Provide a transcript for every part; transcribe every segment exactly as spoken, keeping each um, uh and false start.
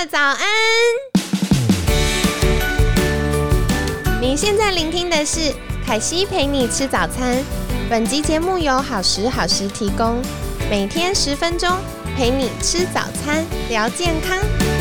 家早安！你现在聆听的是凯西陪你吃早餐。本集节目由好时好时提供，每天十分钟陪你吃早餐，聊健康。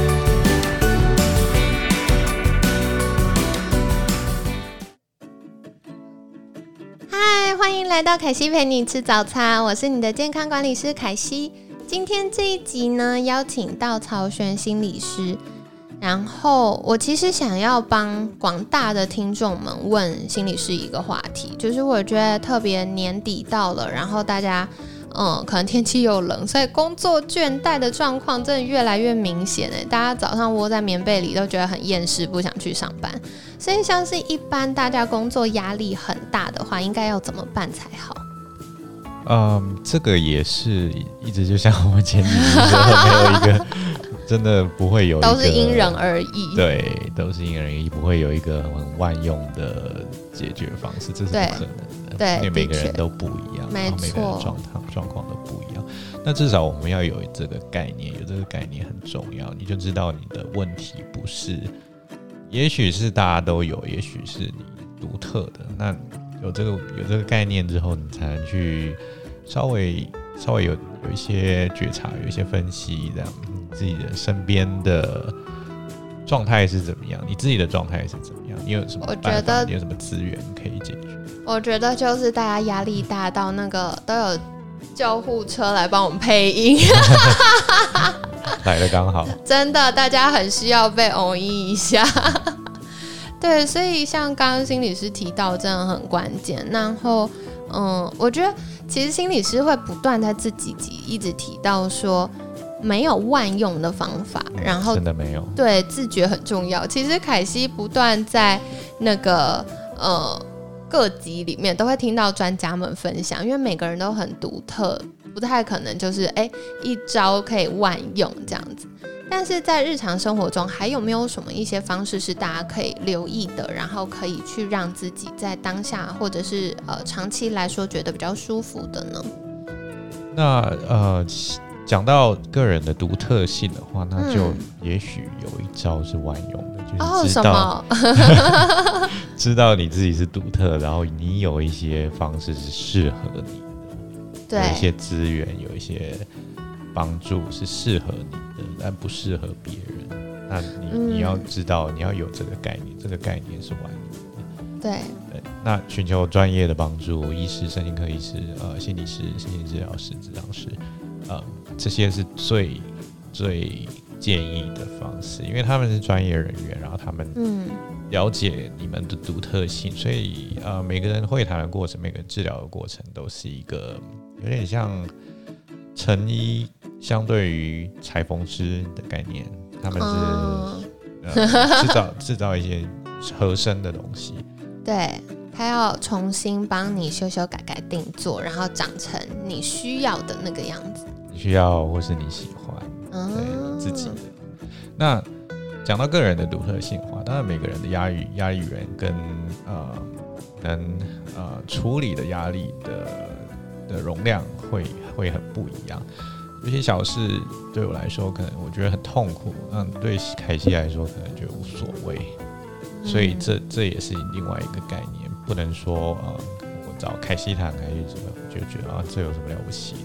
嗨，欢迎来到凯西陪你吃早餐，我是你的健康管理师凯西。今天这一集呢，邀请到曹璇心理师，然后我其实想要帮广大的听众们问心理师一个话题，就是我觉得特别年底到了，然后大家嗯，可能天气又冷，所以工作倦怠的状况真的越来越明显耶。大家早上窝在棉被里都觉得很厌世，不想去上班。所以像是一般大家工作压力很大的话，应该要怎么办才好？ 嗯，这个也是一直就像我们前几集说，没有一个真的不会有一个， 都是因人而异。 对，都是因人而异，不会有一个很万用的解决方式，这是不可能的。 对， 因为每个人都不一样， 没错， 每个人状况状况都不一样。那至少我们要有这个概念，有这个概念很重要，你就知道你的问题不是，也许是大家都有，也许是你独特的。那有这个有这个概念之后，你才能去稍微稍微有有一些觉察，有一些分析，这样你自己的身边的状态是怎么样，你自己的状态是怎么样，你有什么办法，你有什么资源可以解决？ 我觉得就是大家压力大到那个都有救护车来帮我们配音， 来的刚好， 真的，大家很需要被偶一一下。对，所以像刚刚心理师提到，真的很关键。然后，嗯，我觉得其实心理师会不断在这几集一直提到说，没有万用的方法， 嗯、 然后真的没有。对， 自觉很重要。其实凯西不断在那个呃各集里面都会听到专家们分享，因为每个人都很独特，不太可能就是哎一招可以万用这样子。但是在日常生活中，还有没有什么一些方式是大家可以留意的，然后可以去让自己在当下或者是呃长期来说觉得比较舒服的呢？ 那呃，讲到个人的独特性的话，那就也许有一招是万用的， 嗯、 就是知道、 哦、 什么知道你自己是独特，然后你有一些方式是适合你的， 对， 有一些资源，有一些帮助是适合你的，但不适合别人。那 你,、嗯、你要知道，你要有这个概念，这个概念是万用的。 对对，那寻求专业的帮助，医师、身心科医师、呃、心理师、心理治疗师、咨商师，呃，这些是最最建议的方式，因为他们是专业人员，然后他们了解你们的独特性，所以呃，每个人会谈的过程，每个人治疗的过程，都是一个有点像成医相对于裁缝师的概念，他们是、哦呃、制造制造一些合身的东西。 对，他要重新帮你修修改改定做，然后长成你需要的那个样子。 你需要或是你喜欢，哦、对自己的。那讲到个人的独特性的话，当然每个人的压力压力源跟呃能呃处理的压力的的容量会会很不一样。有些小事对我来说，可能我觉得很痛苦，嗯，对凯西来说可能觉得无所谓。所以这这也是另外一个概念，不能说呃，我找凯西谈，凯西就觉得啊，这有什么了不起？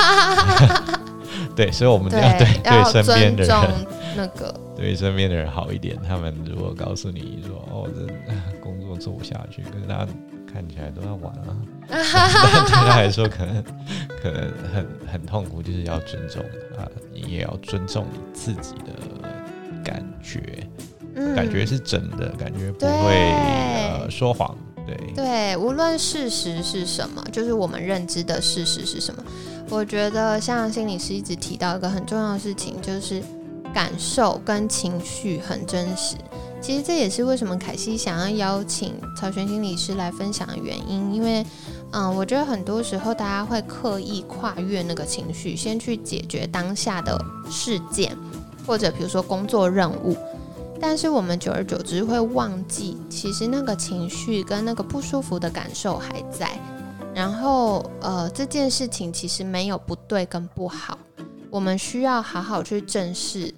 对，所以我们要对对身边的人， 那个对身边的人好一点。他们如果告诉你说，哦，这工作做不下去，可是大家看起来都在玩啊，但对他来说可能可能很很痛苦，就是要尊重他，你也要尊重你自己的感觉。嗯、感觉是真的，感觉不会、呃、说谎，对对，无论事实是什么，就是我们认知的事实是什么。我觉得像心理师一直提到一个很重要的事情，就是感受跟情绪很真实。其实这也是为什么凯西想要邀请曹璇心理师来分享的原因，因为嗯，我觉得很多时候大家会刻意跨越那个情绪，先去解决当下的事件，或者比如说工作任务。但是我们久而久之会忘记，其实那个情绪跟那个不舒服的感受还在。然后呃，这件事情其实没有不对跟不好，我们需要好好去正视它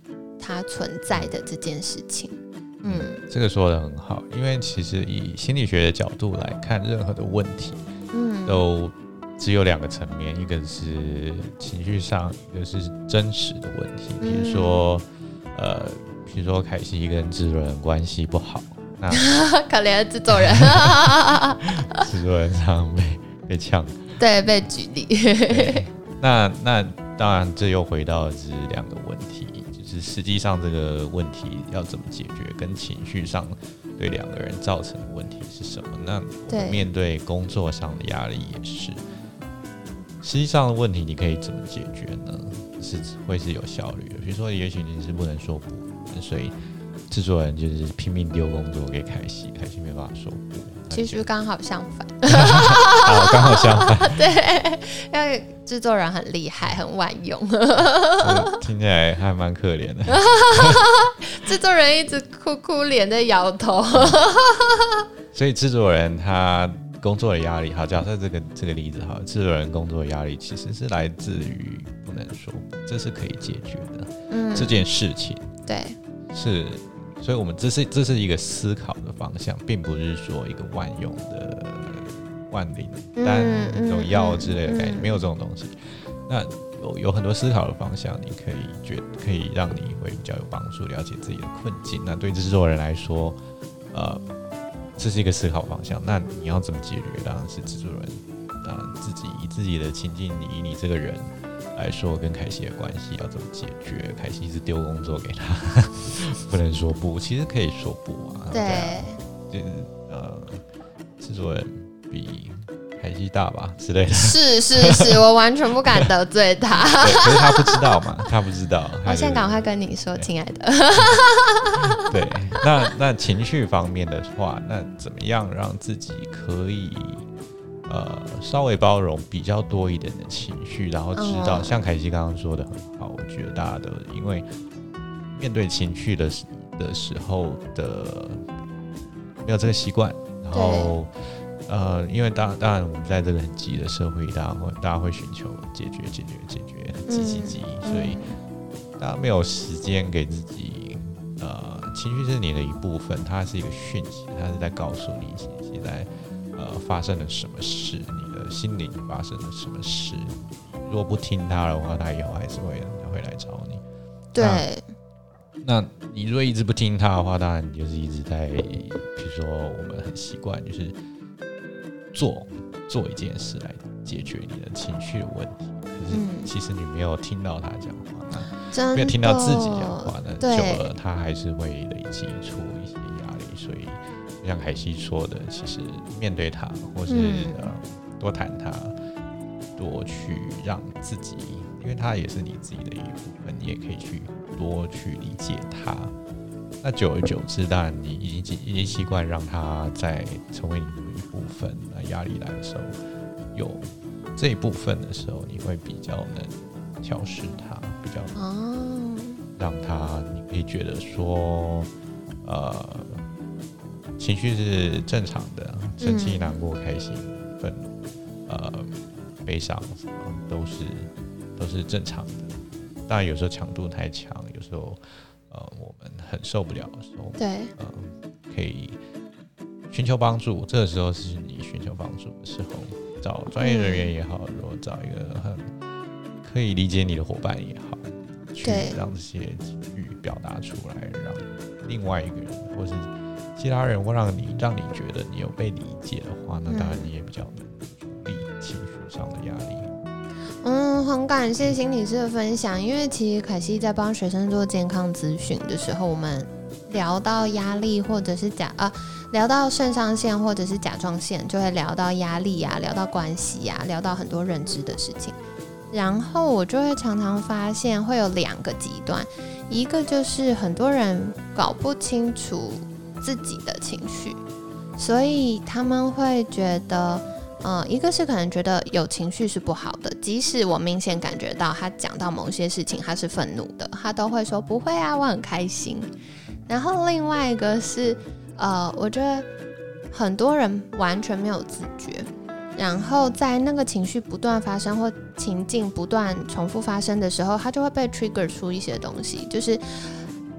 它存在的这件事情。嗯， 这个说得很好，因为其实以心理学的角度来看，任何的问题，嗯，都只有两个层面，一个是情绪上，一个是真实的问题。比如说，嗯、呃，比如说凯西跟制作人关系不好，那可怜的制作人， 制作人常常被被呛， 对，被举例。 那那当然，这又回到的是两个问题。就是实际上这个问题要怎么解决，跟情绪上对两个人造成的问题是什么？那我们面对工作上的压力也是，实际上的问题你可以怎么解决呢？是会是有效率的。比如说，也许你是不能说不，所以制作人就是拼命丢工作给凯西，凯西没办法说不。 其实刚好相反， 好，刚好相反。 对，因为制作人很厉害，很万用。 听起来还蛮可怜的。 制作人一直哭哭脸在摇头。 所以制作人他工作的压力，好，假设这个这个例子好，制作人工作的压力其实是来自于不能说不，这是可以解决的。嗯，这件事情对是。所以我们这是这是一个思考的方向，并不是说一个万用的万灵丹这种药之类的概念，没有这种东西。那有有很多思考的方向，你可以觉可以让你会比较有帮助，了解自己的困境。那对制作人来说，呃，这是一个思考方向。那你要怎么解决？当然是制作人，当然自己以自己的情境，以你这个人来说，跟凯西的关系要怎么解决？凯西是丢工作给他，不能说不，其实可以说不啊。 对， 对啊，就是呃，制作人比凯西大吧之类的。 是是是，我完全不敢得罪他。 对，可是他不知道嘛，他不知道。 我现在赶快跟你说，亲爱的。 对，那那情绪方面的话，那怎么样让自己可以？呃，稍微包容比较多一点的情绪，然后知道，嗯、像凯西刚刚说的很好，我觉得大家都因为面对情绪的的时候的没有这个习惯，然后呃，因为当当然我们在这个很急的社会，大家会大家会寻求解决解决解决，很急急急，嗯、所以大家没有时间给自己，呃，情绪是你的一部分，它是一个讯息，它是在告诉你现在。呃，发生了什么事？你的心灵发生了什么事？如果不听他的话，他以后还是会会来找你。 对。 那, 那你如果一直不听他的话，当然你就是一直在，比如说我们很习惯就是做做一件事来解决你的情绪的问题。可是其实你没有听到他讲话，那没有听到自己讲话，那久了他还是会累积出一些压力，所以。就像凯西说的，其实面对他，或是、嗯呃、多谈他，多去让自己，因为他也是你自己的一部分，你也可以去多去理解他。那久而久之，当然你已经已经习惯让他再成为你的一部分。那压力来的时候，有这一部分的时候，你会比较能调试他，比较让他，你可以觉得说，呃。情绪是正常的，生气、难过、开心、愤怒、呃、悲伤，都是都是正常的。当然，有时候强度太强，有时候呃我们很受不了的时候， 对， 呃，可以寻求帮助。这个时候是你寻求帮助的时候，找专业人员也好，如果找一个很可以理解你的伙伴也好，去让这些情绪表达出来，让另外一个人或是。其他人会让你让你觉得你有被理解的话，那当然你也比较能处理情绪上的压力。 嗯，很感谢心理师的分享，因为其实凯西在帮学生做健康咨询的时候，我们聊到压力或者是甲啊，聊到肾上腺或者是甲状腺，就会聊到压力啊，聊到关系啊，聊到很多认知的事情。然后我就会常常发现会有两个极端，一个就是很多人搞不清楚。自己的情绪，所以他们会觉得，呃，一个是可能觉得有情绪是不好的，即使我明显感觉到他讲到某些事情他是愤怒的，他都会说不会啊，我很开心。然后另外一个是，呃，我觉得很多人完全没有自觉，然后在那个情绪不断发生或情境不断重复发生的时候，他就会被 trigger 出一些东西，就是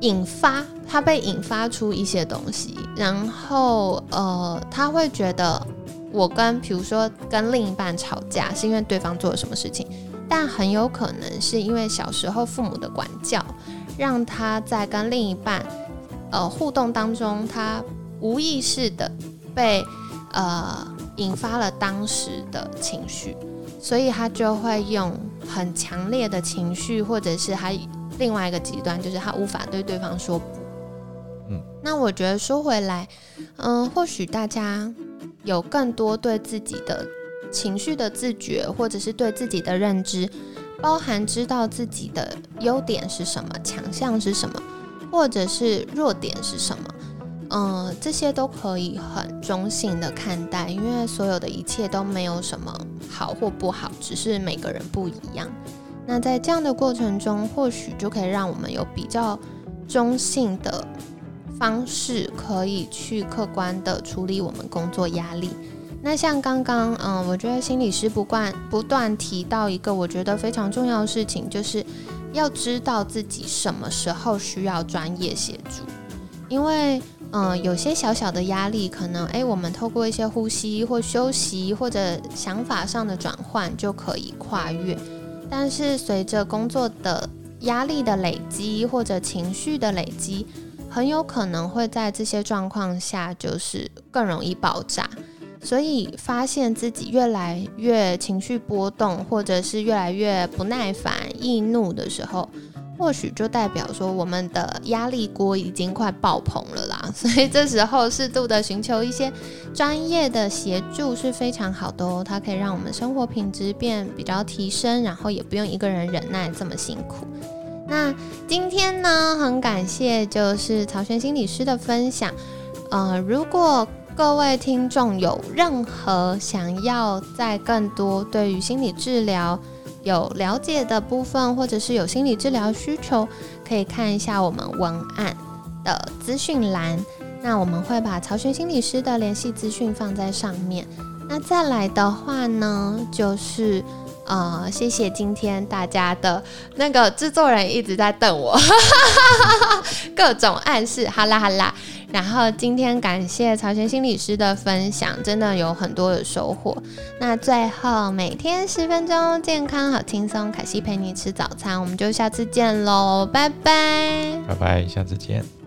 引发他被引发出一些东西，然后呃，他会觉得我跟比如说跟另一半吵架是因为对方做了什么事情，但很有可能是因为小时候父母的管教，让他在跟另一半呃互动当中，他无意识的被呃引发了当时的情绪，所以他就会用很强烈的情绪，或者是他另外一个极端就是他无法对对方说不。嗯，那我觉得说回来，嗯、呃，或许大家有更多对自己的情绪的自觉，或者是对自己的认知，包含知道自己的优点是什么，强项是什么，或者是弱点是什么。嗯，这些都可以很中性的看待，因为所有的一切都没有什么好或不好，只是每个人不一样。那在这样的过程中，或许就可以让我们有比较中性的方式，可以去客观的处理我们工作压力。那像刚刚，嗯，我觉得心理师不断不断提到一个我觉得非常重要的事情，就是要知道自己什么时候需要专业协助，因为嗯，有些小小的压力，可能哎，我们透过一些呼吸或休息，或者想法上的转换就可以跨越。但是随着工作的压力的累积，或者情绪的累积，很有可能会在这些状况下，就是更容易爆炸。所以发现自己越来越情绪波动，或者是越来越不耐烦、易怒的时候，或许就代表说我们的压力锅已经快爆棚了啦，所以这时候适度的寻求一些专业的协助是非常好的哦，它可以让我们生活品质变比较提升，然后也不用一个人忍耐这么辛苦。那今天呢，很感谢就是曹璇心理师的分享。呃，如果各位听众有任何想要再更多对于心理治疗有了解的部分，或者是有心理治疗需求，可以看一下我们文案的资讯栏，那我们会把曹璇心理师的联系资讯放在上面。那再来的话呢，就是呃，谢谢今天大家的那个制作人一直在瞪我各种暗示，哈啦哈啦。然后今天感谢曹璇心理师的分享，真的有很多的收获。那最后每天十分钟，健康好轻松，凯西陪你吃早餐，我们就下次见喽，拜拜， 拜拜，下次见。